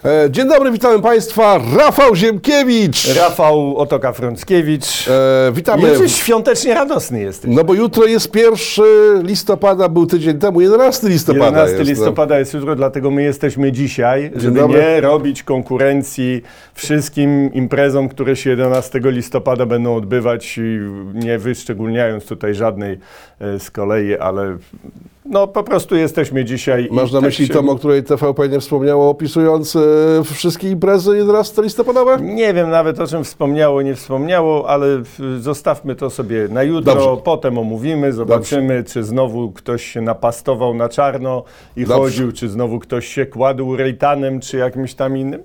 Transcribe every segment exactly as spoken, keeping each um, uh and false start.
Dzień dobry, witamy Państwa. Rafał Ziemkiewicz. Rafał Otoka-Frąckiewicz. E, witamy. Jesteś świątecznie radosny jesteś. No bo jutro jest pierwszy listopada, był tydzień temu, jedenasty listopada jedenasty jest. listopada no. jest jutro, dlatego my jesteśmy dzisiaj, Dzień żeby dobry. nie robić konkurencji wszystkim imprezom, które się jedenastego listopada będą odbywać, nie wyszczególniając tutaj żadnej z kolei, ale no po prostu jesteśmy dzisiaj. Masz na tak myśli się... tom, o której T V P nie wspomniało, opisując e, wszystkie imprezy jedenastego listopadowe? Nie wiem nawet o czym wspomniało, nie wspomniało, ale zostawmy to sobie na jutro, Dobrze. potem omówimy, zobaczymy, Dobrze. czy znowu ktoś się napastował na czarno i Dobrze. chodził, czy znowu ktoś się kładł rejtanem, czy jakimś tam innym.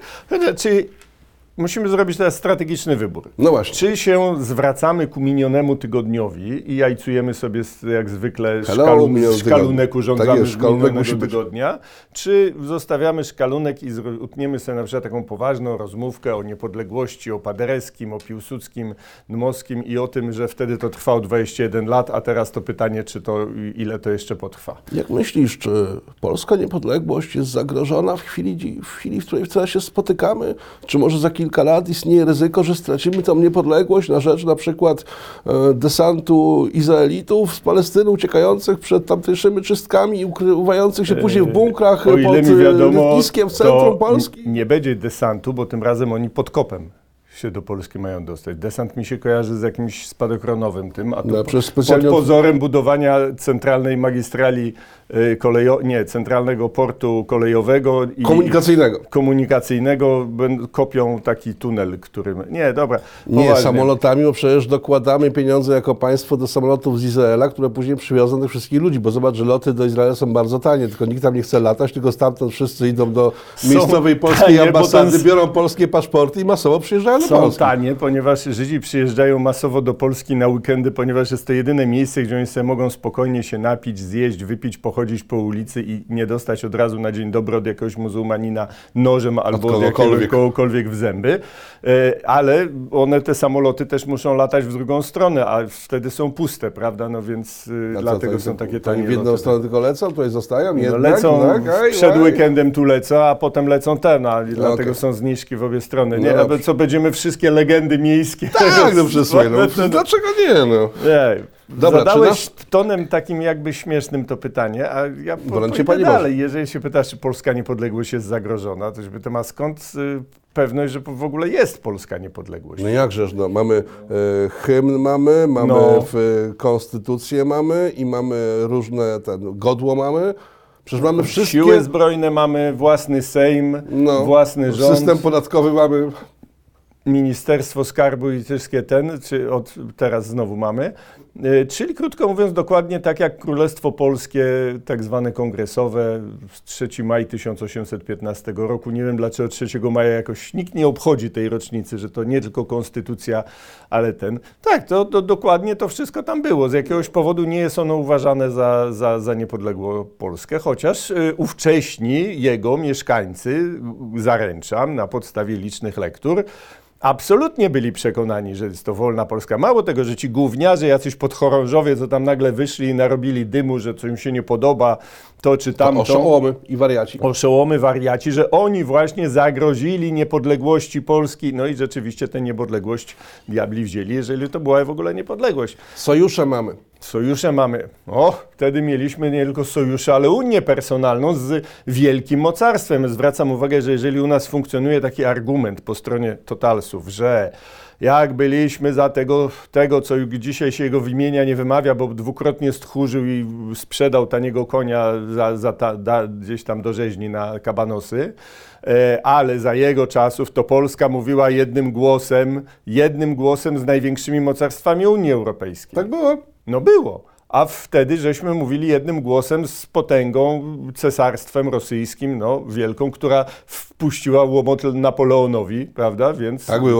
Czy musimy zrobić teraz strategiczny wybór. No właśnie. Czy się zwracamy ku minionemu tygodniowi i jajcujemy sobie jak zwykle Hello, szkalu, minion szkalunek tak urządzamy jest, z szkalunek minionego musi być. tygodnia, czy zostawiamy szkalunek i zro- utniemy sobie na przykład taką poważną rozmówkę o niepodległości, o Paderewskim, o Piłsudskim, Dmowskim i o tym, że wtedy to trwało dwadzieścia jeden lat, a teraz to pytanie, czy to, ile to jeszcze potrwa. Jak myślisz, czy polska niepodległość jest zagrożona w chwili, w chwili, w której wcale się spotykamy? Czy może za kilka lat istnieje ryzyko, że stracimy tą niepodległość na rzecz na przykład e, desantu Izraelitów z Palestyny uciekających przed tamtejszymi czystkami i ukrywających się później w bunkrach O ile pod mi wiadomo, lotniskiem w centrum to Polski? nie będzie desantu, bo tym razem oni pod kopem się do Polski mają dostać. Desant mi się kojarzy z jakimś spadochronowym tym, a tu No, po, przez specjalnie- pod pozorem budowania centralnej magistrali y, kolejo... nie, centralnego portu kolejowego i Komunikacyjnego. komunikacyjnego będą- kopią taki tunel, który... Nie, dobra, Nie, poważnie. samolotami, bo przecież dokładamy pieniądze jako państwo do samolotów z Izraela, które później przywiozą tych wszystkich ludzi, bo zobacz, że loty do Izraela są bardzo tanie, tylko nikt tam nie chce latać, tylko stamtąd wszyscy idą do Są miejscowej polskiej tanie, bo ambasady, ten- biorą polskie paszporty i masowo przyjeżdżają do Są Polski. tanie, ponieważ Żydzi przyjeżdżają masowo do Polski na weekendy, ponieważ jest to jedyne miejsce, gdzie oni sobie mogą spokojnie się napić, zjeść, wypić, pochodzić po ulicy i nie dostać od razu na dzień dobry od jakiegoś muzułmanina nożem albo od jakiegoś kogokolwiek. kogokolwiek w zęby. E, ale one, te samoloty też muszą latać w drugą stronę, a wtedy są puste, prawda? No więc e, A co, dlatego to- są takie to tanie w jedną loty. stronę tylko lecą, tutaj zostają, No, jednak, lecą, tak? Aj, przed aj. weekendem tu lecą, a potem lecą ten, a dlatego okej. są zniżki w obie strony. No Nie, dobrze. aby co będziemy wszystkie legendy miejskie. Tak, no przysłuchaj, no, dlaczego nie, no? Nie. Dobra, Zadałeś czy tonem takim jakby śmiesznym to pytanie, a ja po, Broń cię, pójdę Panie dalej. Jeżeli się pytasz, czy polska niepodległość jest zagrożona, to żeby to ma skąd y, pewność, że w ogóle jest polska niepodległość? No jakżeż, no, mamy e, hymn mamy, mamy No. w, e, konstytucję mamy i mamy różne, ten, godło mamy, przecież mamy wszystkie... Siły zbrojne mamy, własny Sejm, No, własny rząd, system podatkowy mamy. Ministerstwo Skarbu i wszystkie ten, czy od teraz znowu mamy. Y, Czyli krótko mówiąc dokładnie tak jak Królestwo Polskie, tak zwane kongresowe, trzeciego maja tysiąc osiemset piętnastego roku. Nie wiem dlaczego trzeciego maja jakoś nikt nie obchodzi tej rocznicy, że to nie tylko konstytucja, ale ten. Tak, to, to dokładnie to wszystko tam było. Z jakiegoś powodu nie jest ono uważane za, za, za niepodległą Polskę, chociaż y, ówcześni jego mieszkańcy, zaręczam, na podstawie licznych lektur, absolutnie byli przekonani, że jest to wolna Polska. Mało tego, że ci gówniarze, jacyś podchorążowie, co tam nagle wyszli i narobili dymu, że coś im się nie podoba, to czy tam To oszołomy i wariaci. oszołomy, wariaci, że oni właśnie zagrozili niepodległości Polski. No i rzeczywiście tę niepodległość diabli wzięli, jeżeli to była w ogóle niepodległość. Sojusze mamy. Sojusze mamy. O, wtedy mieliśmy nie tylko sojusze, ale unię personalną z wielkim mocarstwem. Zwracam uwagę, że jeżeli u nas funkcjonuje taki argument po stronie totalsów, że jak byliśmy za tego, tego, co dzisiaj się jego wymienia nie wymawia, bo dwukrotnie stchórzył i sprzedał taniego konia za, za ta, da, gdzieś tam do rzeźni na kabanosy, e, ale za jego czasów to Polska mówiła jednym głosem, jednym głosem z największymi mocarstwami Unii Europejskiej. Tak było. No było. A wtedy żeśmy mówili jednym głosem z potęgą, cesarstwem rosyjskim, no wielką, która wpuściła łomot Napoleonowi, prawda? Więc Tak było.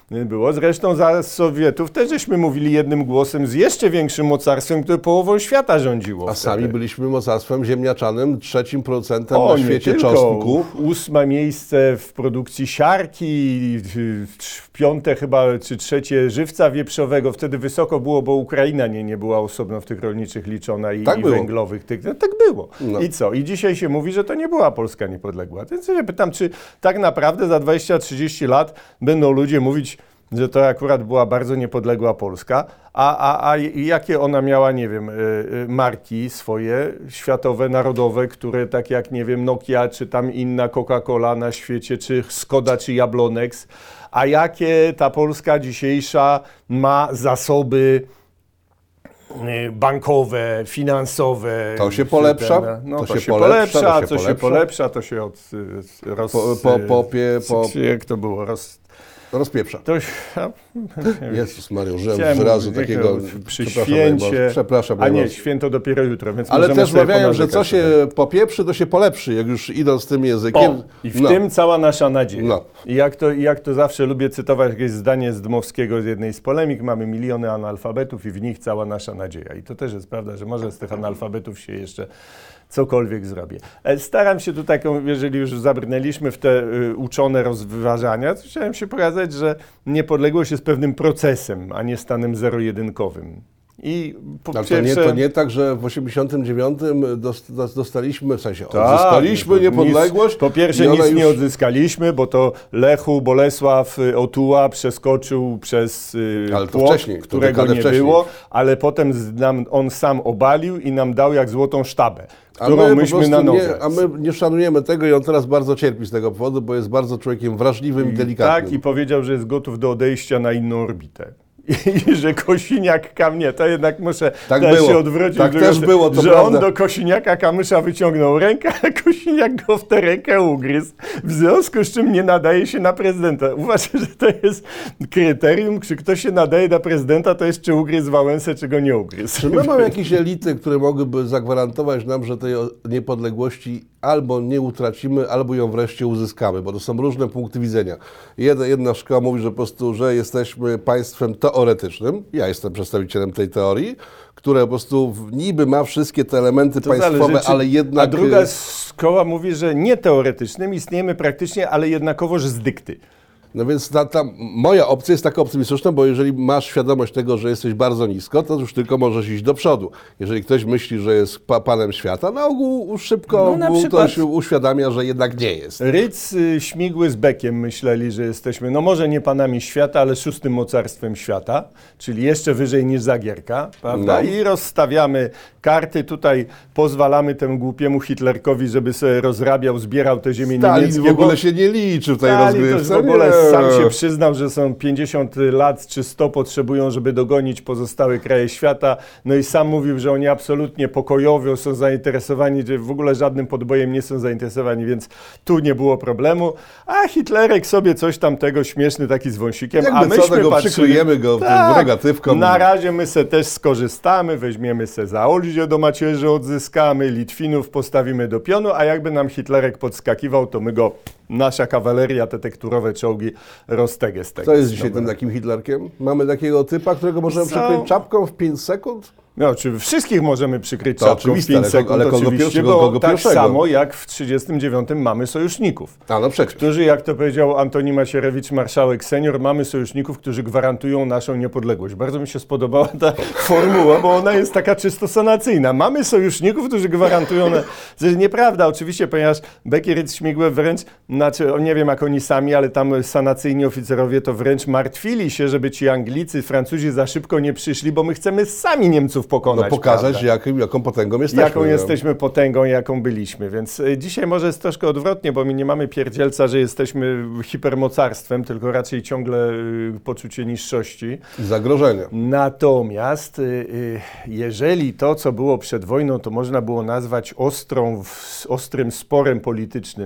było. Zresztą za Sowietów też żeśmy mówili jednym głosem z jeszcze większym mocarstwem, które połową świata rządziło. A wtedy. sami byliśmy mocarstwem ziemniaczanym, trzecim producentem O, na nie świecie tylko. czosnku. Ósme miejsce w produkcji siarki, piąte chyba, czy trzecie żywca wieprzowego. Wtedy wysoko było, bo Ukraina nie, nie była osobno w tych rolniczych liczona i, Tak i było. węglowych. Tych, no, tak było. No. I co? I dzisiaj się mówi, że to nie była Polska niepodległa. Więc ja się pytam, czy tak naprawdę za dwadzieścia trzydzieści lat będą ludzie mówić, że to akurat była bardzo niepodległa Polska, a, a, a jakie ona miała, nie wiem, marki swoje, światowe, narodowe, które tak jak, nie wiem, Nokia, czy tam inna Coca-Cola na świecie, czy Skoda, czy Jablonex, a jakie ta Polska dzisiejsza ma zasoby bankowe, finansowe. To się polepsza, Ten, no, to to, się się polepsza, polepsza, to się co się polepsza. polepsza, to się od, roz... Po, po, popie, po, Jak to było? Roz... rozpieprza. To, a, Jezus Maria, użyłem Chciałem wyrazu mówić, takiego, jakiego przy przepraszam, święcie, najbardziej, przepraszam a nie, najbardziej. święto dopiero jutro, więc Ale możemy też sobie mawiają, że co ponarzekać się sobie. popieprzy, to się polepszy, jak już idąc tym językiem. O, i w No. tym cała nasza nadzieja. No. I jak to, i jak to zawsze lubię cytować jakieś zdanie z Dmowskiego z jednej z polemik, mamy miliony analfabetów i w nich cała nasza nadzieja. I to też jest prawda, że może z tych analfabetów się jeszcze cokolwiek zrobię. E, Staram się tu taką, jeżeli już zabrnęliśmy w te y, uczone rozważania, to chciałem się pokazać, że niepodległość jest pewnym procesem, a nie stanem zero-jedynkowym. I po Ale to nie, pierwsze, to nie tak, że w osiemdziesiątym dziewiątym dos- dos- dostaliśmy, w sensie Tak, odzyskaliśmy niepodległość. Nic, po pierwsze i ona nic nie już- odzyskaliśmy, bo to Lechu Bolesław y, Otuła przeskoczył przez y, Ale to płot, wcześniej, to którego dekadę nie wcześniej. było, ale potem z, nam, on sam obalił i nam dał jak złotą sztabę, A którą my po myśmy prostu na nogę. nie, a my nie szanujemy tego i on teraz bardzo cierpi z tego powodu, bo jest bardzo człowiekiem wrażliwym i delikatnym. Tak, i powiedział, że jest gotów do odejścia na inną orbitę. I że Kosiniak-Kamysz, to jednak muszę Tak teraz było. się odwrócić, Tak żeby- też było, to że prawda. on do Kosiniaka-Kamysza wyciągnął rękę, a Kosiniak go w tę rękę ugryzł, w związku z czym nie nadaje się na prezydenta. Uważam, że to jest kryterium, czy ktoś się nadaje na prezydenta, to jest czy ugryzł Wałęsę, czy go nie ugryzł. Czy my mamy jakieś elity, które mogłyby zagwarantować nam, że tej o- niepodległości albo nie utracimy, albo ją wreszcie uzyskamy, bo to są różne punkty widzenia. Jedna, jedna szkoła mówi, że po prostu, że jesteśmy państwem teoretycznym, ja jestem przedstawicielem tej teorii, które po prostu w- niby ma wszystkie te elementy To państwowe, zależy, czy- ale jednak... A druga szkoła mówi, że nie teoretycznym, istniejemy praktycznie, ale jednakowoż z dykty. No więc ta, ta moja opcja jest taka optymistyczna, bo jeżeli masz świadomość tego, że jesteś bardzo nisko, to już tylko możesz iść do przodu. Jeżeli ktoś myśli, że jest pa, panem świata, na ogół szybko No, na mu przykład- to się uświadamia, że jednak nie jest. Rydz, y, Śmigły z Bekiem myśleli, że jesteśmy, no może nie panami świata, ale szóstym mocarstwem świata, czyli jeszcze wyżej niż Zagierka, prawda? No. I rozstawiamy karty, tutaj pozwalamy temu głupiemu Hitlerkowi, żeby sobie rozrabiał, zbierał te ziemię Stalin niemieckie. w ogóle bo- się nie liczy w tej Stalin też rozgrywce. w ogóle Nie. sam się przyznał, że są pięćdziesiąt lat czy sto potrzebują, żeby dogonić pozostałe kraje świata. No i sam mówił, że oni absolutnie pokojowo są zainteresowani, że w ogóle żadnym podbojem nie są zainteresowani, więc tu nie było problemu. A Hitlerek sobie coś tam tego śmieszny taki z wąsikiem, Jakby a co, myśmy tego patrzyli... przykryjemy go Tak, rogatywką. na razie my se też skorzystamy, weźmiemy se za Olzie do macierzy, odzyskamy, Litwinów postawimy do pionu, a jakby nam Hitlerek podskakiwał, to my go, nasza kawaleria, te tekturowe czołgi, roztegę z tego. Co jest dzisiaj Dobra. tym takim Hitlerkiem? Mamy takiego typa, którego możemy Co? przykryć czapką w pięć sekund? No, czy wszystkich możemy przykryć To czapką w oczywiste, pięć ale sekund, kogo- ale kogo oczywiście, pierwszego, bo kogo tak pierwszego? samo jak w trzydziestym dziewiątym mamy sojuszników. A no przecież. Którzy, jak to powiedział Antoni Macierewicz, marszałek senior, mamy sojuszników, którzy gwarantują naszą niepodległość. Bardzo mi się spodobała ta formuła, bo ona jest taka czysto sanacyjna. Mamy sojuszników, którzy gwarantują... Na... To jest nieprawda oczywiście, ponieważ Bekier i Śmigłe wręcz, znaczy, nie wiem jak oni sami, ale tam sanacyjni oficerowie to wręcz martwili się, żeby ci Anglicy, Francuzi za szybko nie przyszli, bo my chcemy sami Niemców No pokonać. pokazać, prawda? jakim, jaką potęgą jesteśmy. Jaką no. jesteśmy potęgą, jaką byliśmy. Więc y, dzisiaj może jest troszkę odwrotnie, bo my nie mamy pierdzielca, że jesteśmy hipermocarstwem, tylko raczej ciągle y, poczucie niższości. Zagrożenia. Natomiast y, y, jeżeli to, co było przed wojną, to można było nazwać ostrą, w, ostrym sporem politycznym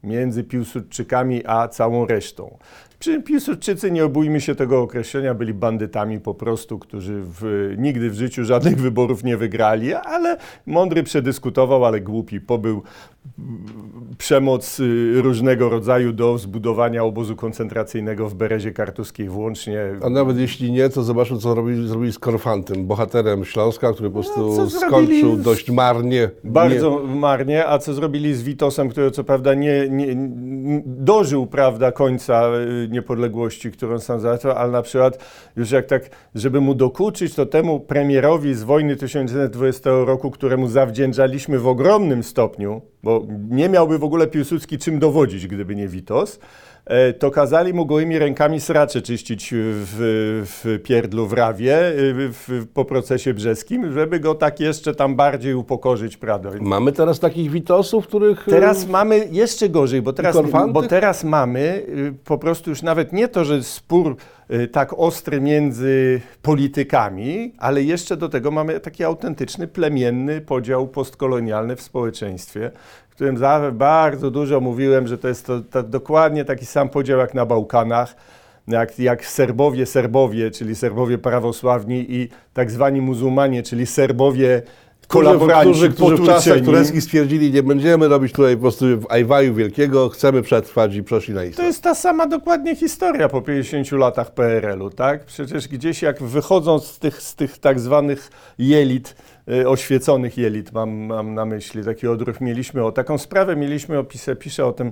między Piłsudczykami a całą resztą. Przy czym Piłsudczycy, nie obójmy się tego określenia, byli bandytami po prostu, którzy w, nigdy w życiu żadnych wyborów nie wygrali, ale mądry przedyskutował, ale głupi pobył przemoc różnego rodzaju do zbudowania obozu koncentracyjnego w Berezie Kartuskiej włącznie. A nawet jeśli nie, to zobaczmy, co robili, zrobili z Korfantem, bohaterem Śląska, który po prostu No, skończył zrobili? dość marnie. Bardzo nie... marnie, a co zrobili z Witosem, który co prawda nie, nie, nie dożył, prawda, końca niepodległości, którą sam załatwił, ale na przykład już jak tak, żeby mu dokuczyć, to temu premierowi z wojny tysiąc dziewięćset dwudziestego roku, któremu zawdzięczaliśmy w ogromnym stopniu, bo nie miałby w ogóle Piłsudski czym dowodzić, gdyby nie Witos, to kazali mu gołymi rękami sracze czyścić w, w Pierdlu w Rawie w, po procesie brzeskim, żeby go tak jeszcze tam bardziej upokorzyć, prawda? Mamy teraz takich Witosów, których... Teraz mamy jeszcze gorzej, bo teraz, Korfanty? bo teraz mamy po prostu już nawet nie to, że spór tak ostry między politykami, ale jeszcze do tego mamy taki autentyczny, plemienny podział postkolonialny w społeczeństwie, w którym za bardzo dużo mówiłem, że to jest to, to dokładnie taki sam podział jak na Bałkanach, jak, jak Serbowie, Serbowie, czyli Serbowie prawosławni i tak zwani muzułmanie, czyli Serbowie kolaboranci, którzy, którzy w czasach potłuczeni. tureckich stwierdzili, nie będziemy robić tutaj po prostu ajwaju wielkiego, chcemy przetrwać i przeszli na To islam. jest ta sama dokładnie historia po pięćdziesięciu latach P R L u, tak? Przecież gdzieś jak wychodzą z tych, z tych tak zwanych jelit, y, oświeconych jelit, mam, mam na myśli, taki odruch mieliśmy, o taką sprawę mieliśmy, opisę, piszę o tym e,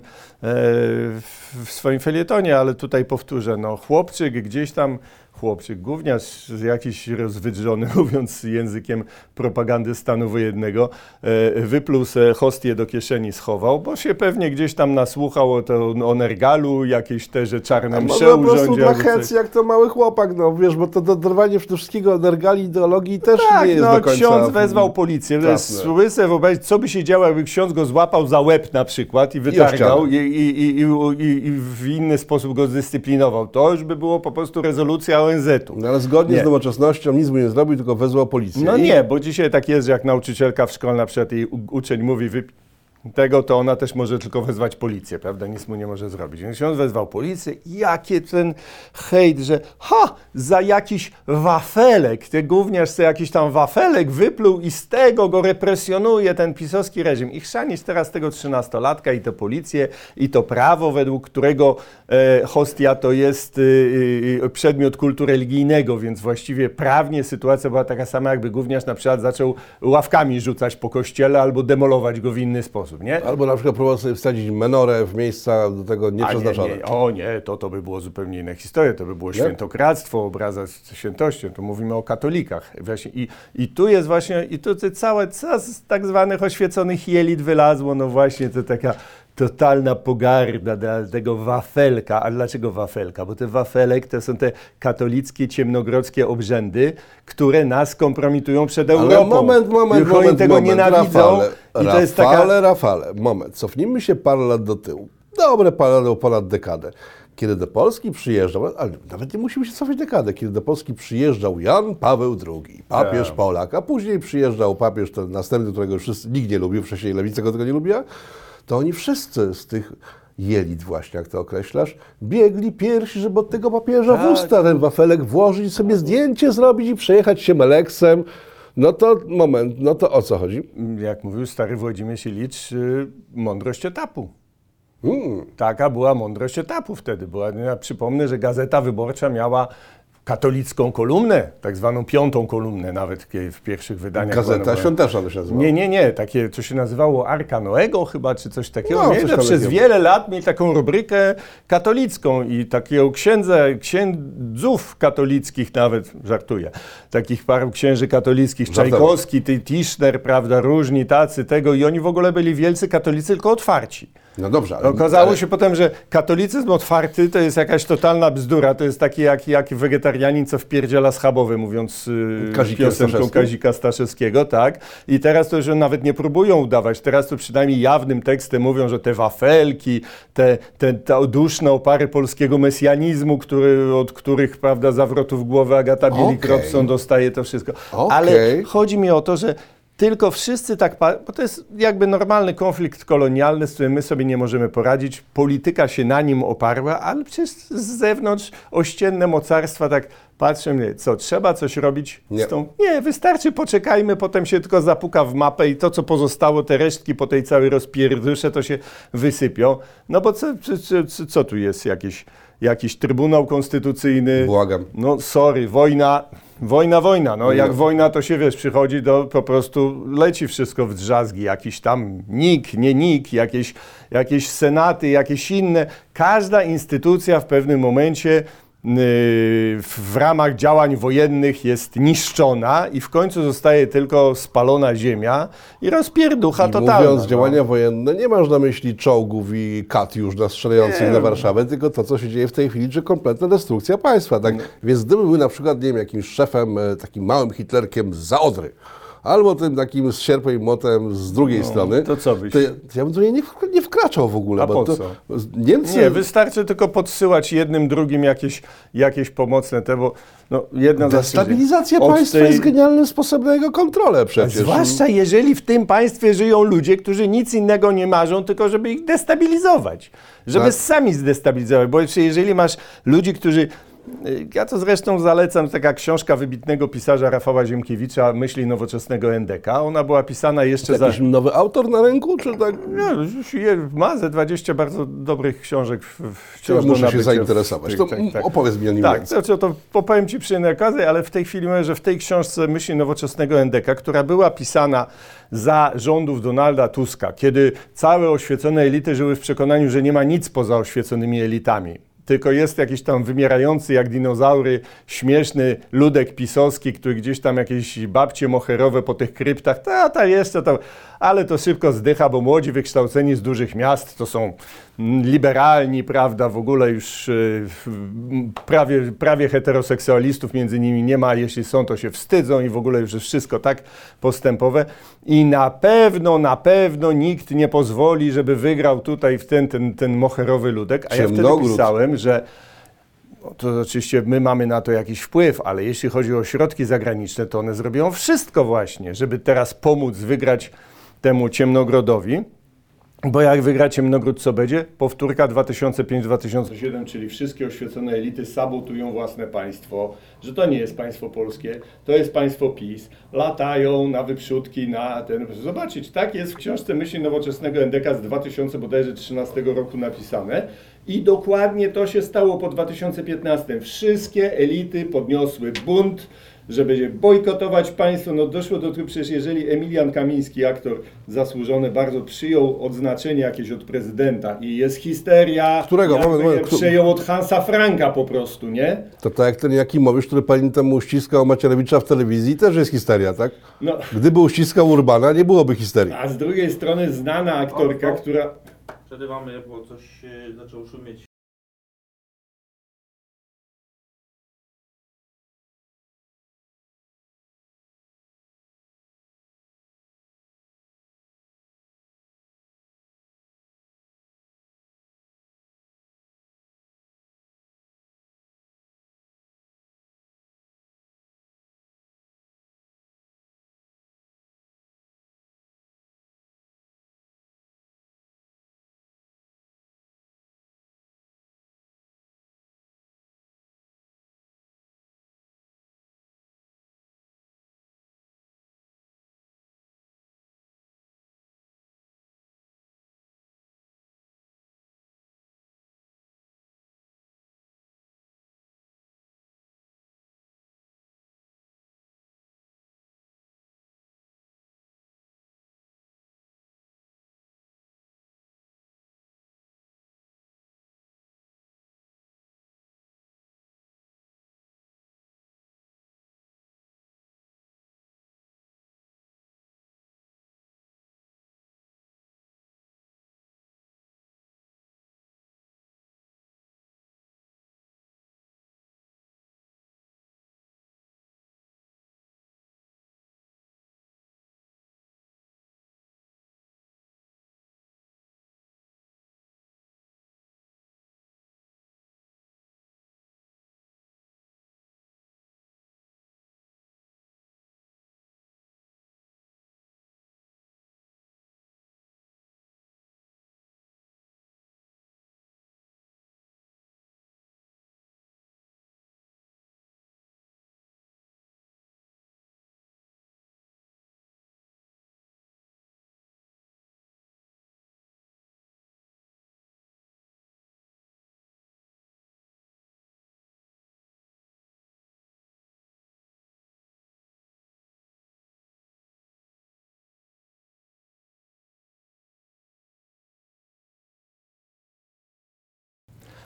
w, w swoim felietonie, ale tutaj powtórzę, no chłopczyk gdzieś tam, chłopczyk, gówniarz jakiś rozwydrzony, mówiąc językiem propagandy stanu wojennego, e, wypluł se hostię do kieszeni, schował, bo się pewnie gdzieś tam nasłuchał o, to, o Nergalu, jakieś te, że czarne A msze może po prostu urządził. dla chęci, jak to mały chłopak, no wiesz, bo to dorwanie wszystkiego Nergali, ideologii też Tak, nie jest no do końca... ksiądz wezwał policję. Spróbuj sobie wyobrazić, co by się działo, jakby ksiądz go złapał za łeb na przykład i wytargał i, i, i, i, i, i w inny sposób go zdyscyplinował. To już by było po prostu rezolucja O N Z u. No, ale zgodnie Nie. z nowoczesnością nic mu nie zrobił, tylko wezwał policję. No I... nie, bo dzisiaj tak jest, że jak nauczycielka w szkole, na przykład jej u- uczeń mówi wyp- tego, to ona też może tylko wezwać policję, prawda? Nic mu nie może zrobić. Więc on wezwał policję i jakie ten hejt, że ha, za jakiś wafelek, ten gówniarz sobie jakiś tam wafelek wypluł i z tego go represjonuje ten pisowski reżim. I chrzanić teraz tego trzynastolatka i to policję i to prawo, według którego e, hostia to jest e, e, przedmiot kultu religijnego, więc właściwie prawnie sytuacja była taka sama, jakby gówniarz na przykład zaczął ławkami rzucać po kościele albo demolować go w inny sposób. Nie? Albo na przykład próbował sobie wsadzić menorę w miejsca do tego A nieprzeznaczone. Nie, nie. O nie, to, to by było zupełnie inna historia, to by było Nie? świętokradztwo, obraza z świętością, to mówimy o katolikach. Właśnie i, I tu jest właśnie, i tu te całe, co z tak zwanych oświeconych jelit wylazło, no właśnie to taka totalna pogarda dla tego wafelka. A dlaczego wafelka? Bo te wafelek to są te katolickie, ciemnogrodzkie obrzędy, które nas kompromitują przed Europą. Ale moment, moment, I moment, oni tego moment. nienawidzą. Rafale, I to jest taka... Rafale, Rafale, moment, cofnijmy się parę lat do tyłu. Dobre parę lat, ponad dekadę. Kiedy do Polski przyjeżdżał, ale nawet nie musimy się cofać dekadę, kiedy do Polski przyjeżdżał Jan Paweł drugi, papież Tak. Polak, a później przyjeżdżał papież ten następny, którego już wszyscy, nikt nie lubił, wcześniej lewica go tego nie lubiła, to oni wszyscy z tych jelit właśnie, jak to określasz, biegli pierwsi, żeby od tego papieża Tak. w usta ten wafelek włożyć, sobie zdjęcie zrobić i przejechać się meleksem. No to moment, no to o co chodzi? Jak mówił stary Włodzimierz Ilicz, y, mądrość etapu. Hmm. Taka była mądrość etapu wtedy. Była, ja przypomnę, że Gazeta Wyborcza miała katolicką kolumnę, tak zwaną piątą kolumnę nawet w pierwszych wydaniach. Gazeta była- Świąteczna to się nazywa. Nie, nie, nie, takie, co się nazywało Arka Noego chyba, czy coś takiego. No, Mieli coś to przez takiego. wiele lat mieli taką rubrykę katolicką i takiego księdza, księdzów katolickich nawet, żartuję, takich paru księży katolickich, Żartował. Czajkowski, Ty- Tischner, prawda, różni tacy tego i oni w ogóle byli wielcy katolicy, tylko otwarci. No dobrze, ale... Okazało ale- się potem, że katolicyzm otwarty to jest jakaś totalna bzdura, to jest taki jak, jak wegetarianin, co wpierdziela schabowy, mówiąc yy, Kazikiem piosenką Staszewskim. Kazika Staszewskiego, tak? I teraz to już nawet nie próbują udawać, teraz to przynajmniej jawnym tekstem mówią, że te wafelki, te, te, te duszne opary polskiego mesjanizmu, który, od których, prawda, zawrotów głowy Agata Bielik-Robson Okej. dostaje to wszystko. Okej. Ale chodzi mi o to, że Tylko wszyscy tak, pa- bo to jest jakby normalny konflikt kolonialny, z którym my sobie nie możemy poradzić. Polityka się na nim oparła, ale przecież z zewnątrz ościenne mocarstwa tak patrzą, nie, co, trzeba coś robić Nie. z tą... Nie, wystarczy, poczekajmy, potem się tylko zapuka w mapę i to, co pozostało, te resztki po tej całej rozpierdusze, to się wysypią. No bo co, co, co, co tu jest? Jakiś, jakiś Trybunał Konstytucyjny? Błagam. No sorry, wojna... Wojna, wojna. No, jak No. wojna, to się wiesz, przychodzi do po prostu leci wszystko w drzazgi. Jakiś tam nik, nie nik, jakieś, jakieś senaty, jakieś inne. Każda instytucja w pewnym momencie yy, w ramach działań wojennych jest niszczona i w końcu zostaje tylko spalona ziemia i rozpierducha I totalna. mówiąc no. działania wojenne, nie masz na myśli czołgów i katiusz nastrzelających Nie. na Warszawę, tylko to, co się dzieje w tej chwili, czy kompletna destrukcja państwa. Tak? Więc gdyby był na przykład, nie wiem, jakimś szefem, e, takim małym Hitlerkiem z Zaodry, albo tym takim z sierpem i młotem z drugiej strony, to co byś? to, ja- to ja bym do niej nie, wk- nie wkraczał w ogóle. A bo po to, co? Niemcy... Nie, wystarczy tylko podsyłać jednym, drugim jakieś, jakieś pomocne te, bo no, jedna z Destabilizacja od państwa tej- jest genialnym sposobem na jego kontrolę przecież. Zwłaszcza jeżeli w tym państwie żyją ludzie, którzy nic innego nie marzą, tylko żeby ich destabilizować. Żeby Tak. sami zdestabilizować. Bo jeszcze jeżeli masz ludzi, którzy... y, Ja to zresztą zalecam, taka książka wybitnego pisarza Rafała Ziemkiewicza, Myśli nowoczesnego N D K. Ona była pisana jeszcze za... Jakiś nowy autor na rynku, czy tak? No, już je- ma ze dwadzieścia bardzo dobrych książek w, w, wciąż Ja do muszę się nabycia w zainteresować. tych- To tak, tak. opowiedz mi o nim Tak, więcej. to, to opowiem Ci przy innej okazji, ale w tej chwili mówię, że w tej książce Myśli nowoczesnego N D K, która była pisana za rządów Donalda Tuska, kiedy całe oświecone elity żyły w przekonaniu, że nie ma nic poza oświeconymi elitami. Tylko jest jakiś tam wymierający jak dinozaury, śmieszny ludek pisowski, który gdzieś tam jakieś babcie moherowe po tych kryptach, ta, ta jeszcze to, ale to szybko zdycha, bo młodzi wykształceni z dużych miast to są mm, liberalni, prawda, w ogóle już y, m, prawie, prawie heteroseksualistów między nimi nie ma, jeśli są, to się wstydzą i w ogóle już jest wszystko tak postępowe i na pewno, na pewno nikt nie pozwoli, żeby wygrał tutaj w ten, ten, ten moherowy ludek, a ja wtedy Ciemnogród. pisałem, że no to oczywiście my mamy na to jakiś wpływ, ale jeśli chodzi o środki zagraniczne, to one zrobią wszystko właśnie, żeby teraz pomóc wygrać temu Ciemnogrodowi. Bo jak wygra Ciemnogród, co będzie? Powtórka dwa tysiące piąty dwa tysiące siódmy, czyli wszystkie oświecone elity sabotują własne państwo, że to nie jest państwo polskie, to jest państwo PiS, latają na wyprzódki, na ten... Zobaczyć, tak jest w książce Myśli nowoczesnego N D K z dwa tysiące trzynastego roku napisane i dokładnie to się stało po dwa tysiące piętnastym. Wszystkie elity podniosły bunt, żeby bojkotować państwo. No doszło do tego, przecież jeżeli Emilian Kamiński, aktor zasłużony, bardzo przyjął odznaczenie jakieś od prezydenta i jest histeria, Którego? jakby Moment, moment, je kto- przyjął od Hansa Franka po prostu, nie? To tak jak ten Jakimowicz, który parę temu uściskał Macierewicza w telewizji, też jest histeria, tak? No, Gdyby uściskał Urbana, nie byłoby histerii. a z drugiej strony znana aktorka, O, o. która... Przerywamy, bo coś e, zaczął szumieć.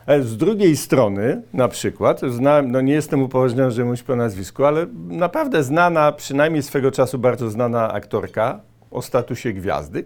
Ale z drugiej strony, na przykład, znałem, no nie jestem upoważniony, żeby mówić po nazwisku, ale naprawdę znana, przynajmniej swego czasu bardzo znana aktorka o statusie gwiazdy,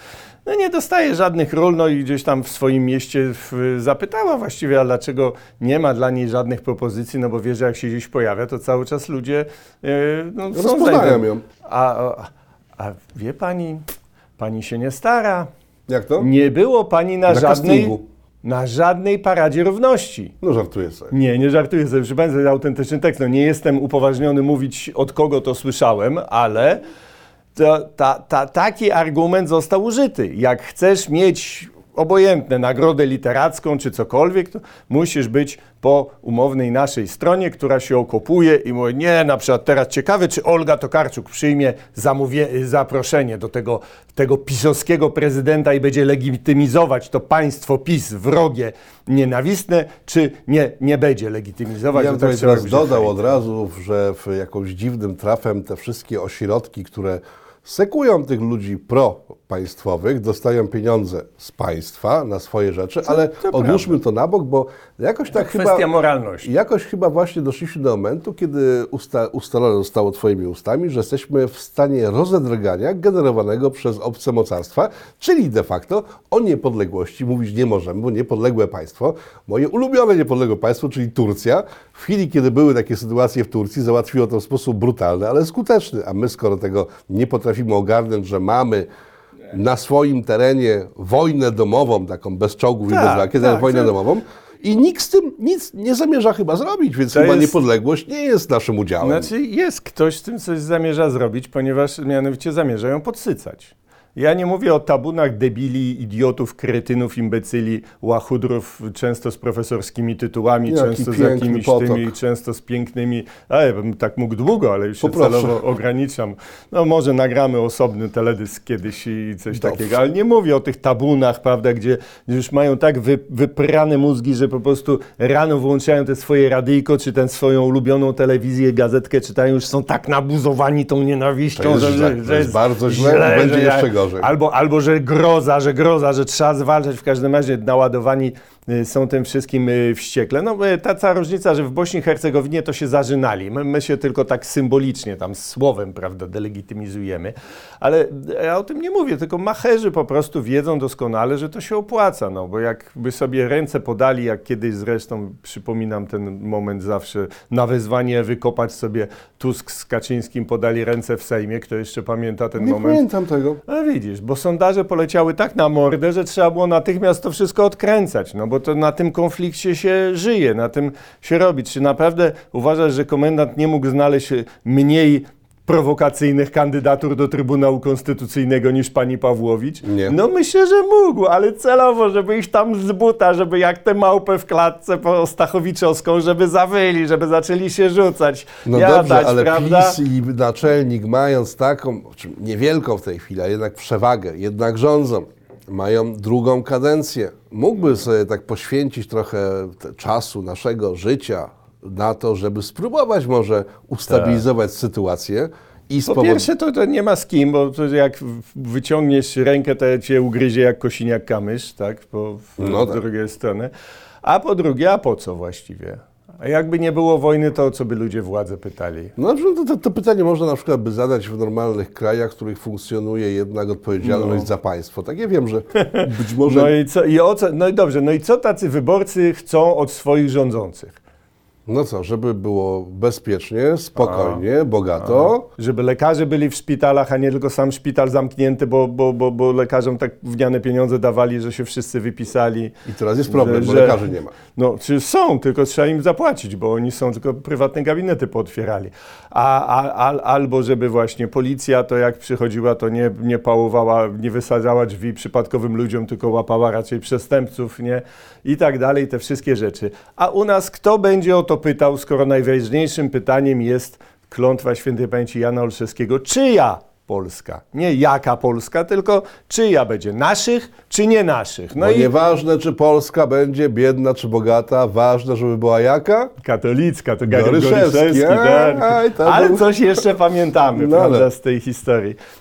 no nie dostaje żadnych ról, no i gdzieś tam w swoim mieście w, zapytała właściwie, a dlaczego nie ma dla niej żadnych propozycji, no bo wie, że jak się gdzieś pojawia, to cały czas ludzie yy, no, są Rozpoznają ją. A, a, a wie pani, pani się nie stara. Jak to? Nie było pani na, Na żadnej, castingu. na żadnej paradzie równości. No żartuję sobie. Nie, nie żartuję sobie, proszę Państwa, to jest autentyczny tekst. No, nie jestem upoważniony mówić, od kogo to słyszałem, ale to, ta, ta, taki argument został użyty. Jak chcesz mieć obojętne nagrodę literacką czy cokolwiek, to musisz być po umownej naszej stronie, która się okopuje i mówi, nie, na przykład teraz ciekawe, czy Olga Tokarczuk przyjmie zamówie, zaproszenie do tego, tego pisowskiego prezydenta i będzie legitymizować to państwo PiS wrogie, nienawistne, czy nie, nie będzie legitymizować. Ja bym to tak tutaj trzeba teraz robić dodał hejt. od razu, że w jakąś dziwnym trafem te wszystkie ośrodki, które sekują tych ludzi propaństwowych, dostają pieniądze z państwa na swoje rzeczy, ale to odłóżmy to na bok, bo jakoś tak chyba... Kwestia moralności. Jakoś chyba właśnie doszliśmy do momentu, kiedy usta ustalone zostało Twoimi ustami, że jesteśmy w stanie rozedrgania generowanego przez obce mocarstwa, czyli de facto o niepodległości mówić nie możemy, bo niepodległe państwo, moje ulubione niepodległe państwo, czyli Turcja, w chwili, kiedy były takie sytuacje w Turcji, załatwiło to w sposób brutalny, ale skuteczny, a my skoro tego nie potrafimy ogarnąć, że mamy na swoim terenie wojnę domową, taką bez czołgów Tak, i bez rakiet, ale tak, wojnę tak. domową, i nikt z tym nic nie zamierza chyba zrobić, więc To chyba jest- niepodległość nie jest naszym udziałem. Znaczy jest ktoś z tym coś zamierza zrobić, ponieważ mianowicie zamierza ją podsycać. Ja nie mówię o tabunach debili, idiotów, kretynów, imbecyli, łachudrów, często z profesorskimi tytułami, Jaki często z piękny jakimiś potok. tymi, często z pięknymi, ale bym tak mógł długo, ale już się Poproszę. celowo ograniczam. No może nagramy osobny teledysk kiedyś i coś Dobrze. takiego, ale nie mówię o tych tabunach, prawda, gdzie, gdzie już mają tak wy, wyprane mózgi, że po prostu rano włączają te swoje radyjko, czy tę swoją ulubioną telewizję, gazetkę czytają, już są tak nabuzowani tą nienawiścią, To jest że, źle, że, to że jest bardzo źle i będzie że jeszcze ja- gorzej. Albo, albo że groza, że groza, że trzeba zwalczać. W każdym razie naładowani y, są tym wszystkim y, wściekle. No y, ta cała różnica, że w Bośni i Hercegowinie to się zażynali. My, my się tylko tak symbolicznie tam słowem, prawda, delegitymizujemy. Ale y, ja o tym nie mówię, tylko macherzy po prostu wiedzą doskonale, że to się opłaca. No, bo jakby sobie ręce podali, jak kiedyś zresztą, przypominam ten moment zawsze, na wezwanie wykopać sobie Tusk z Kaczyńskim podali ręce w Sejmie. Kto jeszcze pamięta ten Nie moment? pamiętam tego. A widzisz, bo sondaże poleciały tak na mordę, że trzeba było natychmiast to wszystko odkręcać, no bo to na tym konflikcie się żyje, na tym się robi. Czy naprawdę uważasz, że komendant nie mógł znaleźć mniej prowokacyjnych kandydatur do Trybunału Konstytucyjnego niż pani Pawłowicz? Nie. No myślę, że mógł, ale celowo, żeby ich tam z buta, żeby jak tę małpę w klatce po Stachowiczowską, żeby zawyli, żeby zaczęli się rzucać, No jadać, dobrze, ale prawda? PiS i naczelnik, mając taką, czy niewielką w tej chwili, a jednak przewagę, jednak rządzą, mają drugą kadencję. Mógłby sobie tak poświęcić trochę te- czasu naszego życia na to, żeby spróbować może ustabilizować sytuację i Po spowodować... pierwsze, to, to nie ma z kim, bo to jak w- wyciągniesz rękę, to cię ugryzie jak kosiniak kamysz, tak? Po, w, No z tak. drugiej strony. A po drugie, a po co właściwie? A jakby nie było wojny, to o co by ludzie władzę pytali? No dobrze, to, to, to pytanie można na przykład by zadać w normalnych krajach, w których funkcjonuje jednak odpowiedzialność za państwo. Tak ja wiem, że być może... No i, co, i o co, no i dobrze, no i co tacy wyborcy chcą od swoich rządzących? No co, żeby było bezpiecznie, spokojnie, bogato. Żeby lekarze byli w szpitalach, a nie tylko sam szpital zamknięty, bo, bo, bo, bo lekarzom tak wniane pieniądze dawali, że się wszyscy wypisali. I teraz jest problem, bo że- lekarzy nie ma. No, czy są, tylko trzeba im zapłacić, bo oni są, tylko prywatne gabinety pootwierali. A, a, a, albo żeby właśnie policja to jak przychodziła, to nie, nie pałowała, nie wysadzała drzwi przypadkowym ludziom, tylko łapała raczej przestępców, nie? I tak dalej, te wszystkie rzeczy. A u nas kto będzie o to pytał, skoro najważniejszym pytaniem jest klątwa świętej pamięci Jana Olszewskiego, czyja Polska? Nie jaka Polska, tylko czyja będzie, naszych czy nie naszych? No No i nieważne, czy Polska będzie biedna, czy bogata, ważne, żeby była jaka? katolicka, to Gary Goryszewski, Goryszewski, aj, tak. aj, to Ale był- coś jeszcze pamiętamy, No prawda, ale- z tej historii.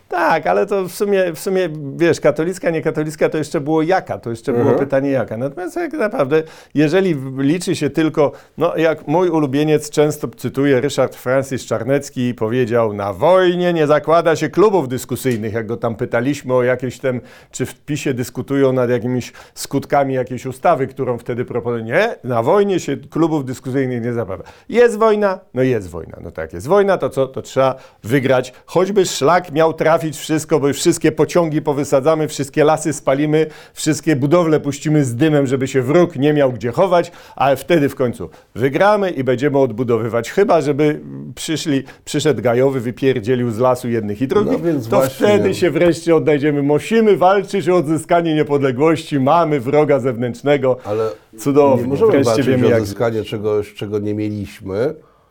Tak, ale to w sumie, w sumie, wiesz, katolicka, niekatolicka to jeszcze było jaka, to jeszcze było Mhm. pytanie jaka. Natomiast tak naprawdę, jeżeli liczy się tylko, no jak mój ulubieniec często cytuje, Ryszard Francis Czarnecki powiedział, na wojnie nie zakłada się klubów dyskusyjnych, jak go tam pytaliśmy o jakieś tam, czy w PiSie dyskutują nad jakimiś skutkami jakiejś ustawy, którą wtedy proponują. Nie, na wojnie się klubów dyskusyjnych nie zakłada. Jest wojna? No jest wojna. No tak, jest wojna, to co? To trzeba wygrać. Choćby szlak miał trafić wszystko, bo wszystkie pociągi powysadzamy, wszystkie lasy spalimy, wszystkie budowle puścimy z dymem, żeby się wróg nie miał gdzie chować, ale wtedy w końcu wygramy i będziemy odbudowywać. Chyba, żeby przyszli, przyszedł Gajowy, wypierdzielił z lasu jednych i drugich, No więc to właśnie. wtedy się wreszcie odnajdziemy. Musimy walczyć o odzyskanie niepodległości, mamy wroga zewnętrznego. Ale Cudownie, nie możemy wreszcie walczyć wiemy o jak... odzyskanie czegoś, czego nie mieliśmy,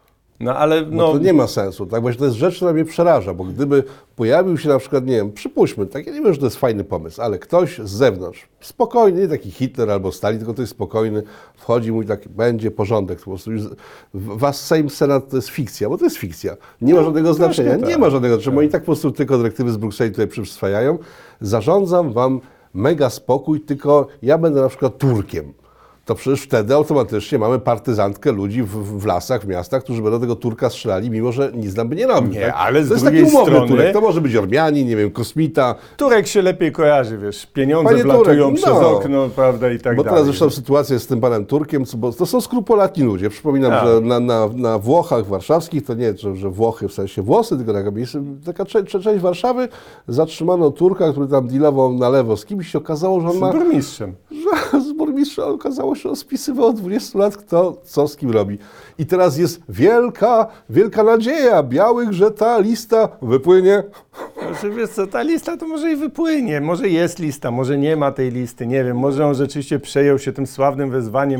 No ale bo no... to nie ma sensu, tak? Właśnie to jest rzecz, która mnie przeraża, bo gdyby pojawił się na przykład, nie wiem, przypuśćmy, tak, ja nie wiem, że to jest fajny pomysł, ale ktoś z zewnątrz, spokojny, nie taki Hitler albo Stalin, tylko to jest spokojny, wchodzi i mówi tak, będzie porządek, po prostu już was Sejm, Senat to jest fikcja, bo to jest fikcja, nie ma żadnego znaczenia, tak. nie ma żadnego, czemu oni tak po prostu tylko dyrektywy z Brukseli tutaj przyswajają, zarządzam wam mega spokój, tylko ja będę na przykład Turkiem. To przecież wtedy automatycznie mamy partyzantkę ludzi w, w lasach, w miastach, którzy będą tego Turka strzelali, mimo że nic nam by nie robił. Nie, tak? ale z to jest drugiej taki umowny strony- Turek. To może być Ormianin, nie wiem, kosmita. Turek się lepiej kojarzy, wiesz, pieniądze Panie wlatują Turek, przez no. okno, prawda, i tak Bo dalej. teraz zresztą sytuacja jest z tym panem Turkiem, co- bo to są skrupulatni ludzie. Przypominam, Tak. że na, na, na Włochach warszawskich, to nie, że, że Włochy w sensie włosy, tylko taka, miejsce, taka cze- cze- część Warszawy, zatrzymano Turka, który tam dealował na lewo z kimś, się okazało, że on Z ma... burmistrzem. że z burmistrzem okazało się, że on spisywał od dwudziestu lat, kto co z kim robi. I teraz jest wielka, wielka nadzieja białych, że ta lista wypłynie. Znaczy, wiesz co, ta lista to może i wypłynie, może jest lista, może nie ma tej listy, nie wiem, może on rzeczywiście przejął się tym sławnym wezwaniem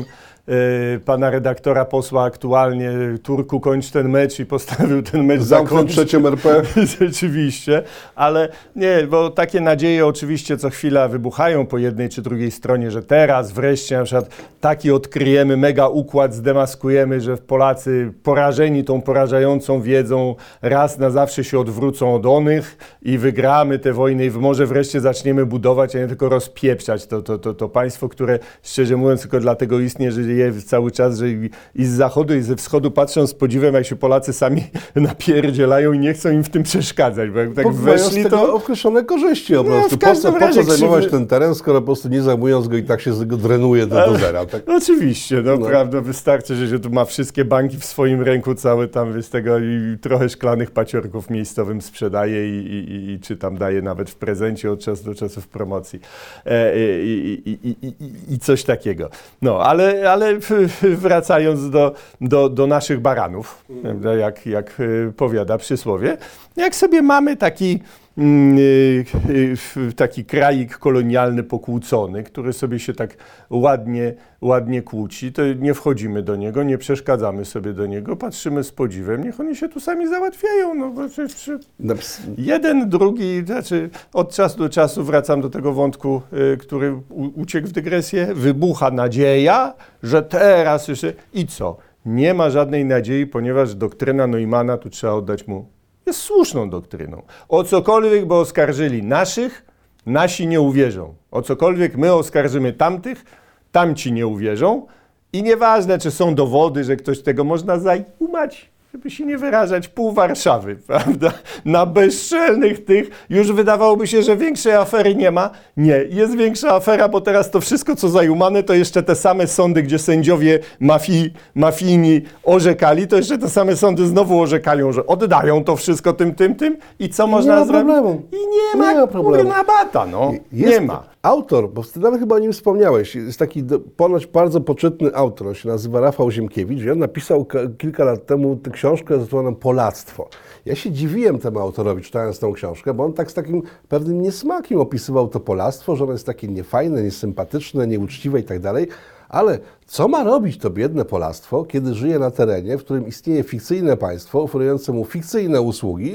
e, pana redaktora, posła aktualnie, Turku, kończ ten mecz i postawił ten mecz Zamknął zakończyć. trzecią R P. Rzeczywiście, ale nie, bo takie nadzieje oczywiście co chwila wybuchają po jednej czy drugiej stronie, że teraz wreszcie na przykład taki odkryjemy, mega układ zdemaskujemy, że Polacy porażeni tą porażającą wiedzą raz na zawsze się odwrócą od onych i wygramy tę wojnę i może wreszcie zaczniemy budować, a nie tylko rozpieprzać to, to, to, to państwo, które szczerze mówiąc tylko dlatego istnieje, że je cały czas, że i, i z zachodu i ze wschodu patrzą z podziwem, jak się Polacy sami napierdzielają i nie chcą im w tym przeszkadzać, bo jak tak Bo mają z weszli, tego to... określone korzyści po No, prostu. w Po co, każdym po co razie zajmować krzywy- ten teren, skoro po prostu nie zajmując go i tak się z go drenuje do, do zera. Tak? Oczywiście, no, No. prawda, wystarczy, że się tu ma wszystkie banki w swoim ręku, cały tam z tego i trochę szklanych paciorków miejscowym sprzedaje i, i, i, i czy tam daje nawet w prezencie od czasu do czasu w promocji e, i, i, i, i, i, i coś takiego. No, ale, ale wracając do, do, do naszych baranów, prawda, jak, jak e, powiada przysłowie, jak sobie mamy taki mm, y, y, taki kraik kolonialny pokłócony, który sobie się tak ładnie, ładnie kłóci, to nie wchodzimy do niego, nie przeszkadzamy sobie do niego, patrzymy z podziwem, niech oni się tu sami załatwiają. No, bo czy, czy Naps- jeden, drugi, znaczy od czasu do czasu wracam do tego wątku, y, który u, uciekł w dygresję, wybucha nadzieja, że teraz jeszcze i co? Nie ma żadnej nadziei, ponieważ doktryna Neumana, tu trzeba oddać mu, jest słuszną doktryną. O cokolwiek by oskarżyli naszych, nasi nie uwierzą. O cokolwiek my oskarżymy tamtych, tamci nie uwierzą. I nieważne, czy są dowody, że ktoś tego można zajumać, żeby się nie wyrażać, pół Warszawy, prawda? Na bezczelnych tych już wydawałoby się, że większej afery nie ma. Nie, jest większa afera, bo teraz to wszystko, co zajumane, to jeszcze te same sądy, gdzie sędziowie mafii, mafijni orzekali, to jeszcze te same sądy znowu orzekają, że oddają to wszystko tym, tym, tym i co można ma zrobić? problemu. I nie ma, Nie ma problemu. kurna bata, no. Jest Nie ma. autor, bo ty nawet chyba o nim wspomniałeś, jest taki do, ponoć bardzo poczytny autor, on się nazywa Rafał Ziemkiewicz i on napisał ka- kilka lat temu tę książkę zwaną Polactwo. Ja się dziwiłem temu autorowi, czytając tą książkę, bo on tak z takim pewnym niesmakiem opisywał to polactwo, że ono jest takie niefajne, niesympatyczne, nieuczciwe i tak dalej. Ale co ma robić to biedne Polactwo, kiedy żyje na terenie, w którym istnieje fikcyjne państwo, oferujące mu fikcyjne usługi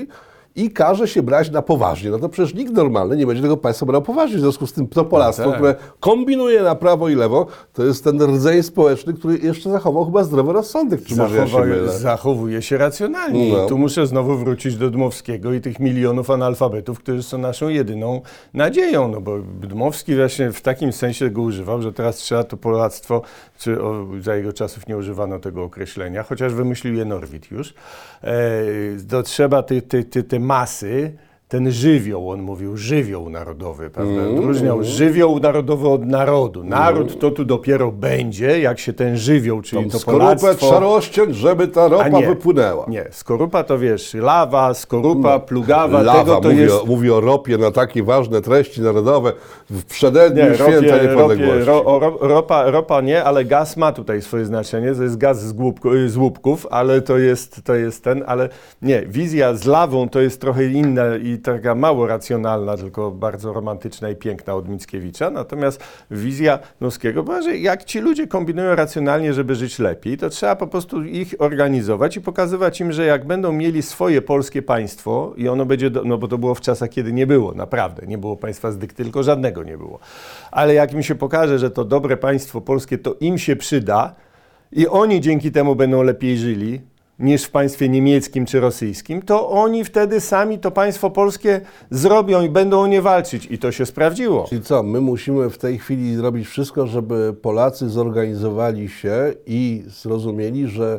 i każe się brać na poważnie. No to przecież nikt normalny nie będzie tego państwa brał poważnie. W związku z tym to Polactwo, No tak. które kombinuje na prawo i lewo, to jest ten rdzeń społeczny, który jeszcze zachował chyba zdrowy rozsądek. Czy może ja się Zachowuje, mylę? zachowuje się racjonalnie. No. I tu muszę znowu wrócić do Dmowskiego i tych milionów analfabetów, którzy są naszą jedyną nadzieją. No bo Dmowski właśnie w takim sensie go używał, że teraz trzeba to polactwo, czy o, za jego czasów nie używano tego określenia, chociaż wymyślił je Norwid już, e, to trzeba te, te, te, te masy, ten żywioł, on mówił, żywioł narodowy, prawda? Mm, Odróżniał mm. żywioł narodowy od narodu. Naród to tu dopiero będzie, jak się ten żywioł, czyli Tą to skorupę trzeba polactwo... rozciąć, żeby ta A ropa nie, wypłynęła. Nie, skorupa to wiesz, lawa, skorupa, No. plugawa, Lawa, tego to mówi, jest... o, mówi o ropie na takie ważne treści narodowe w przededniu Nie, święta ropie, niepodległości. ropie, ro, o, ro, ropa, ropa nie, ale gaz ma tutaj swoje znaczenie, to jest gaz z, głupku, z łupków, ale to jest, to jest ten, ale nie, wizja z lawą to jest trochę inna i taka mało racjonalna, tylko bardzo romantyczna i piękna od Mickiewicza, natomiast wizja Dmowskiego była, że jak ci ludzie kombinują racjonalnie, żeby żyć lepiej, to trzeba po prostu ich organizować i pokazywać im, że jak będą mieli swoje polskie państwo i ono będzie, do, no bo to było w czasach, kiedy nie było, naprawdę, nie było państwa z dykty, tylko żadnego nie było. Ale jak mi się pokaże, że to dobre państwo polskie, to im się przyda i oni dzięki temu będą lepiej żyli niż w państwie niemieckim czy rosyjskim, to oni wtedy sami to państwo polskie zrobią i będą o nie walczyć. I to się sprawdziło. Czyli co, my musimy w tej chwili zrobić wszystko, żeby Polacy zorganizowali się i zrozumieli, że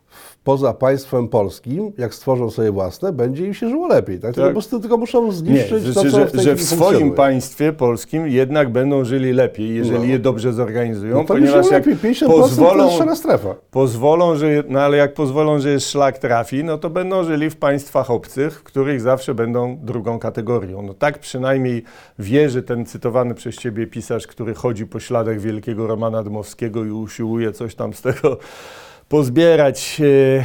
poza państwem polskim, jak stworzą sobie własne, będzie im się żyło lepiej. Tak? Tak. Po prostu tylko muszą Nie, zniszczyć że, to, co że, w tej że w chwili swoim funkcjonuje. państwie polskim jednak będą żyli lepiej, jeżeli No. je dobrze zorganizują, No to ponieważ żyło jak lepiej, pięćdziesiąt procent to pozwolą, jest szara strefa. pozwolą, że, no ale jak pozwolą, że jest szlak trafi, no to będą żyli w państwach obcych, w których zawsze będą drugą kategorią. No tak przynajmniej wierzy ten cytowany przez ciebie pisarz, który chodzi po śladach wielkiego Romana Dmowskiego i usiłuje coś tam z tego pozbierać,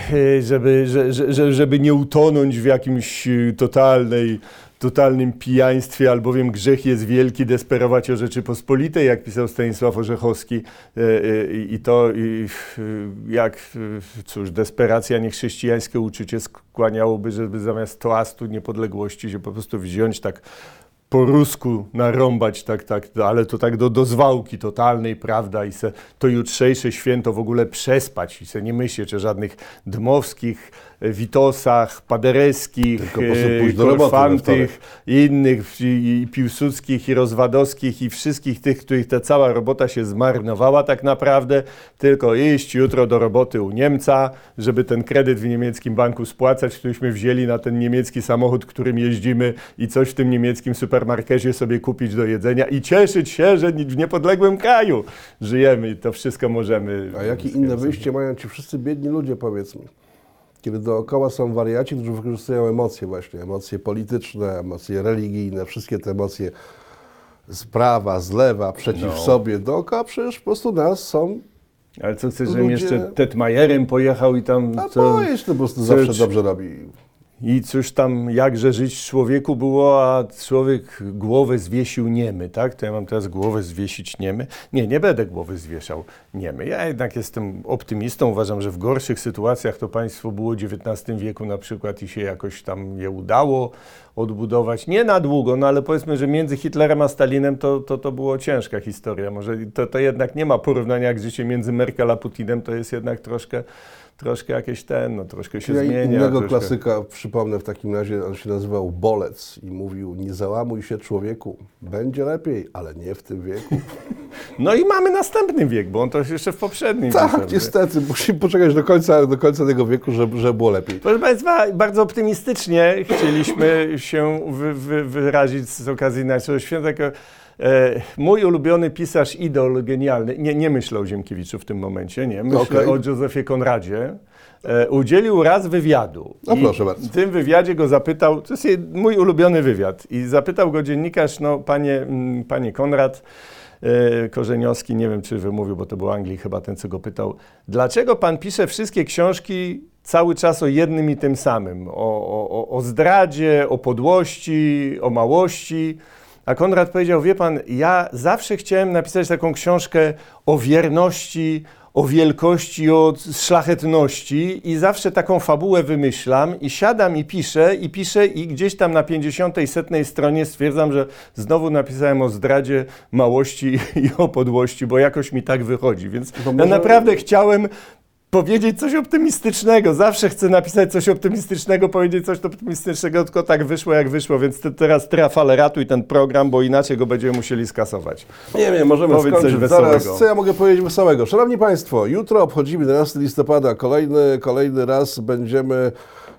żeby, żeby, żeby nie utonąć w jakimś totalnej, totalnym pijaństwie, albowiem grzech jest wielki, desperować o Rzeczypospolitej, jak pisał Stanisław Orzechowski. I to, i jak, cóż, desperacja niechrześcijańskie uczucie skłaniałoby, żeby zamiast toastu niepodległości się po prostu wziąć tak po rusku narąbać, tak, tak, ale to tak do, do zwałki totalnej, prawda, i se to jutrzejsze święto w ogóle przespać i se nie myśleć o żadnych Dmowskich, Witosach, Paderewskich, Tylko po prostu pójść do roboty we Korfantych, i innych, i, i Piłsudskich, i Rozwadowskich, i wszystkich tych, których ta cała robota się zmarnowała tak naprawdę, tylko iść jutro do roboty u Niemca, żeby ten kredyt w niemieckim banku spłacać, któryśmy wzięli na ten niemiecki samochód, którym jeździmy i coś w tym niemieckim supermarkecie sobie kupić do jedzenia i cieszyć się, że w niepodległym kraju żyjemy i to wszystko możemy. A jakie inne wyjście mają ci wszyscy biedni ludzie, powiedz mi? Kiedy dookoła są wariaci, którzy wykorzystują emocje właśnie, emocje polityczne, emocje religijne, wszystkie te emocje z prawa, z lewa, przeciw No. sobie, dookoła przecież po prostu nas są, Ale co chcesz, żebym ludzie- jeszcze Tetmajerem pojechał i tam... a co- to jest to po prostu co- zawsze czy- dobrze robi. I cóż tam, jakże żyć człowieku było, a człowiek głowę zwiesił niemy, tak? To ja mam teraz głowę zwiesić niemy? Nie, nie będę głowy zwieszał niemy. Ja jednak jestem optymistą, uważam, że w gorszych sytuacjach to państwo było w dziewiętnastym wieku na przykład i się jakoś tam je udało odbudować. Nie na długo, no ale powiedzmy, że między Hitlerem a Stalinem to, to, to było ciężka historia. Może to, to jednak nie ma porównania jak życie między Merkel a Putinem, to jest jednak troszkę... Troszkę jakieś ten, no troszkę się Ja zmienia. innego troszkę... klasyka przypomnę w takim razie, on się nazywał Bolec i mówił: nie załamuj się człowieku, będzie lepiej, ale nie w tym wieku. No i mamy następny wiek, bo on to jeszcze w poprzednim. pisał, Tak, nie? niestety, musimy poczekać do końca, do końca tego wieku, żeby, żeby było lepiej. Proszę Państwa, bardzo optymistycznie chcieliśmy się wy, wy, wyrazić z okazji naszego święta. E, mój ulubiony pisarz, idol genialny, nie, nie myślę o Ziemkiewiczu w tym momencie, nie, myślę Okej. o Józefie Konradzie, e, udzielił raz wywiadu. No I proszę bardzo. w tym wywiadzie go zapytał, to jest je- mój ulubiony wywiad, i zapytał go dziennikarz, no panie, mm, panie Konrad, e, Korzeniowski, nie wiem czy wymówił, bo to był Anglii chyba ten, co go pytał, dlaczego pan pisze wszystkie książki cały czas o jednym i tym samym, o, o, o- o zdradzie, o podłości, o małości. A Konrad powiedział, wie pan, ja zawsze chciałem napisać taką książkę o wierności, o wielkości, o szlachetności i zawsze taką fabułę wymyślam i siadam i piszę i piszę i gdzieś tam na pięćdziesiątej, setnej stronie stwierdzam, że znowu napisałem o zdradzie, małości i o podłości, bo jakoś mi tak wychodzi, więc To ja może- naprawdę chciałem powiedzieć coś optymistycznego. Zawsze chcę napisać coś optymistycznego, powiedzieć coś optymistycznego, tylko tak wyszło jak wyszło, więc ty teraz trafale ratuj ten program, bo inaczej go będziemy musieli skasować. Nie wiem, możemy Powiedz coś skończyć wesołego. zaraz. Co ja mogę powiedzieć wesołego? Szanowni Państwo, jutro obchodzimy jedenastego listopada. Kolejny, kolejny raz będziemy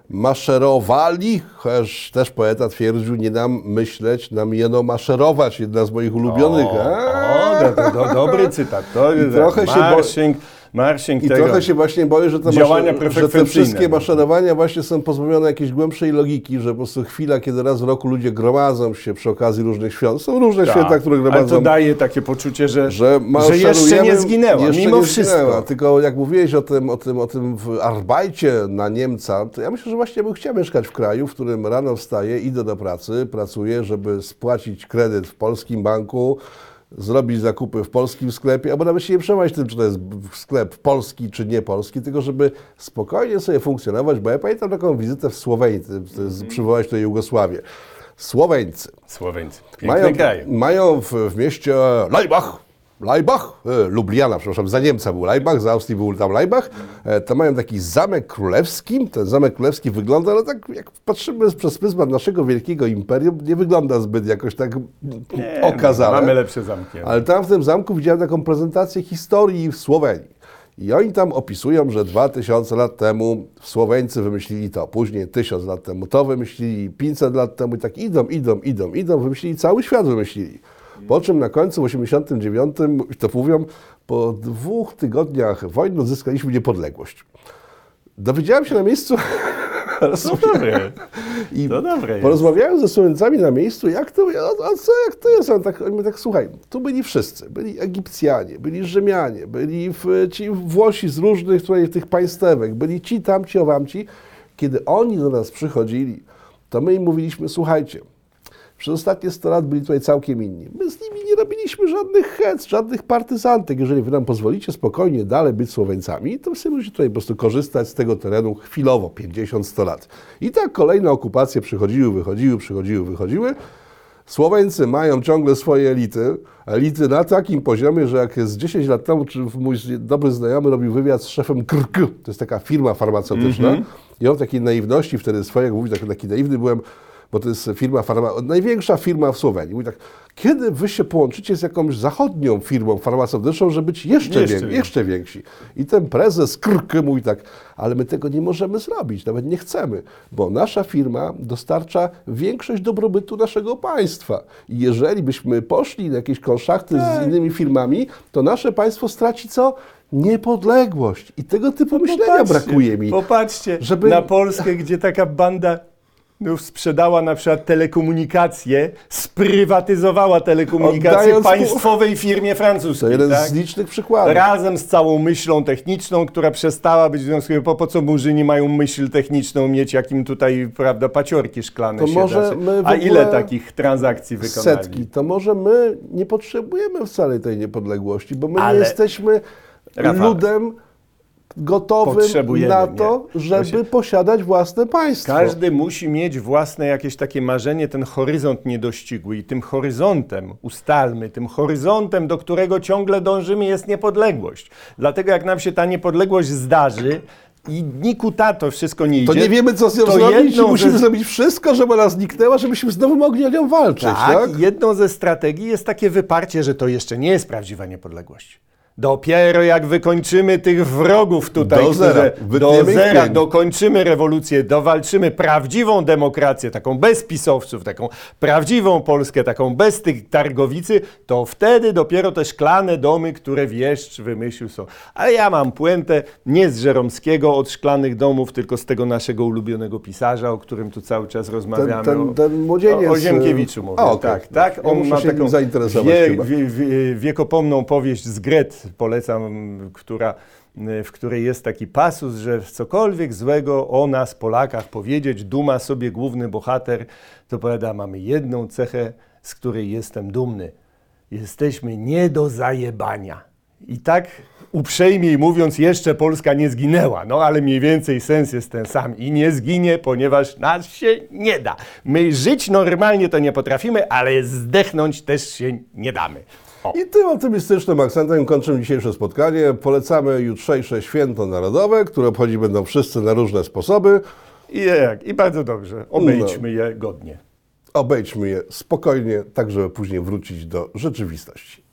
maszerowali, chociaż też poeta twierdził, nie nam myśleć, nam jeno maszerować. Jedna z moich ulubionych. O, Eee. o to, to dobry cytat. To jest trochę się bo- marszink, marszink I tego. trochę się właśnie boję, że te, Działania masze- że te prefekwencyjne. wszystkie maszerowania właśnie są pozbawione jakiejś głębszej logiki, że po prostu chwila, kiedy raz w roku ludzie gromadzą się przy okazji różnych świąt. Są różne Tak, święta, które ale gromadzą. to daje takie poczucie, że, że, że jeszcze nie zginęła, jeszcze mimo nie wszystko. Zginęła. Tylko jak mówiłeś o tym, o tym, o tym w Arbajcie na Niemca, to ja myślę, że właśnie bym chciał mieszkać w kraju, w którym rano wstaję, idę do pracy, pracuję, żeby spłacić kredyt w polskim banku, zrobić zakupy w polskim sklepie, albo nawet się nie przejmować tym, czy to jest sklep polski, czy nie polski, tylko żeby spokojnie sobie funkcjonować, bo ja pamiętam taką wizytę w Słowenii, to jest przywołać tutaj Jugosławię. Słoweńcy Słoweńcy, piękny mają, kraj. mają w, w mieście Laibach, Laibach, e, Lubliana, przepraszam, za Niemca był Laibach, za Austrii był tam Laibach, e, to mają taki zamek królewski, ten zamek królewski wygląda, ale tak jak patrzymy przez pryzmat naszego wielkiego imperium, nie wygląda zbyt jakoś tak Nie, okazale. Mamy lepsze zamki. Ale tam w tym zamku widziałem taką prezentację historii w Słowenii. I oni tam opisują, że dwa tysiące lat temu Słoweńcy wymyślili to, później tysiąc lat temu to wymyślili, pięćset lat temu i tak idą, idą, idą, idą, wymyślili, cały świat wymyślili. Po czym na końcu w osiemdziesiątym dziewiątym, to mówią, po dwóch tygodniach wojny odzyskaliśmy niepodległość. Dowiedziałem się na miejscu, To dobre. i To dobre jest. porozmawiałem ze Słoweńcami na miejscu, jak to, a, a co, jak to jest? On tak, oni mówią tak, słuchaj, tu byli wszyscy, byli Egipcjanie, byli Rzymianie, byli w, ci Włosi z różnych tutaj tych państewek, byli ci, tamci, owamci. Kiedy oni do nas przychodzili, to my im mówiliśmy, słuchajcie, przez ostatnie sto lat byli tutaj całkiem inni. My z nimi nie robiliśmy żadnych hec, żadnych partyzantek. Jeżeli wy nam pozwolicie spokojnie dalej być Słoweńcami, to my możecie tutaj po prostu korzystać z tego terenu chwilowo, pięćdziesiąt sto lat. I tak kolejne okupacje przychodziły, wychodziły, przychodziły, wychodziły. Słoweńcy mają ciągle swoje elity. Elity na takim poziomie, że jak z dziesięć lat temu, czy mój dobry znajomy robił wywiad z szefem K R K, to jest taka firma farmaceutyczna, mm-hmm. i on w takiej naiwności wtedy swojej, jak mówi, taki, taki naiwny byłem, bo to jest firma farma, największa firma w Słowenii. Mówi tak, kiedy wy się połączycie z jakąś zachodnią firmą farmaceutyczną, żeby być jeszcze, Jeszcze wiek, więksi. jeszcze więksi? I ten prezes K R K mówi tak, ale my tego nie możemy zrobić, nawet nie chcemy, bo nasza firma dostarcza większość dobrobytu naszego państwa. I jeżeli byśmy poszli na jakieś konszachty Tak. z innymi firmami, to nasze państwo straci co? Niepodległość. I tego typu myślenia Popatrzcie, brakuje mi. Popatrzcie żeby- na Polskę, gdzie taka banda no, sprzedała na przykład telekomunikacje, sprywatyzowała telekomunikacje Oddając pół- państwowej firmie francuskiej. To jeden tak? z licznych przykładów. Razem z całą myślą techniczną, która przestała być w związku z tym, po, po co murzyni mają myśl techniczną mieć, jakim tutaj, prawda, paciorki szklane To się może da się. my w A ile ogóle takich transakcji wykonali? Setki. To może my nie potrzebujemy wcale tej niepodległości, bo my Ale- nie jesteśmy Rafale, ludem gotowym potrzebujemy, na to, nie. żeby Właśnie- posiadać własne państwo. Każdy musi mieć własne jakieś takie marzenie, ten horyzont niedościgły i tym horyzontem, ustalmy, tym horyzontem, do którego ciągle dążymy, jest niepodległość. Dlatego jak nam się ta niepodległość zdarzy i niku ta to wszystko nie idzie, To nie wiemy, co z nią to zrobić i jedną musimy ze- zrobić wszystko, żeby ona zniknęła, żebyśmy znowu mogli o nią walczyć, tak? tak, jedną ze strategii jest takie wyparcie, że to jeszcze nie jest prawdziwa niepodległość. Dopiero jak wykończymy tych wrogów tutaj, Do zera. którzy- do Wytniemy ich zera, pień. dokończymy rewolucję, dowalczymy prawdziwą demokrację, taką bez pisowców, taką prawdziwą Polskę, taką bez tych targowicy, to wtedy dopiero te szklane domy, które Wieszcz wymyślił są. Ale ja mam puentę nie z Żeromskiego od szklanych domów, tylko z tego naszego ulubionego pisarza, o którym tu cały czas rozmawiamy. ten, o- ten młodzieniec... o, o Ziemkiewiczu mówię, A, okej. tak, tak. Ja On muszę ma się taką nim zainteresować wie, chyba. wie, wie, wiekopomną powieść z Gret, polecam, która, w której jest taki pasus, że cokolwiek złego o nas, Polakach, powiedzieć, duma sobie główny bohater, to powiada, mamy jedną cechę, z której jestem dumny. Jesteśmy nie do zajebania. I tak uprzejmiej mówiąc, jeszcze Polska nie zginęła. No ale mniej więcej sens jest ten sam. I nie zginie, ponieważ nas się nie da. My żyć normalnie to nie potrafimy, ale zdechnąć też się nie damy. O. I tym optymistycznym akcentem kończymy dzisiejsze spotkanie. Polecamy jutrzejsze święto narodowe, które obchodzić będą wszyscy na różne sposoby. I jak? I bardzo dobrze. Obejdźmy je godnie. Obejdźmy je spokojnie, tak żeby później wrócić do rzeczywistości.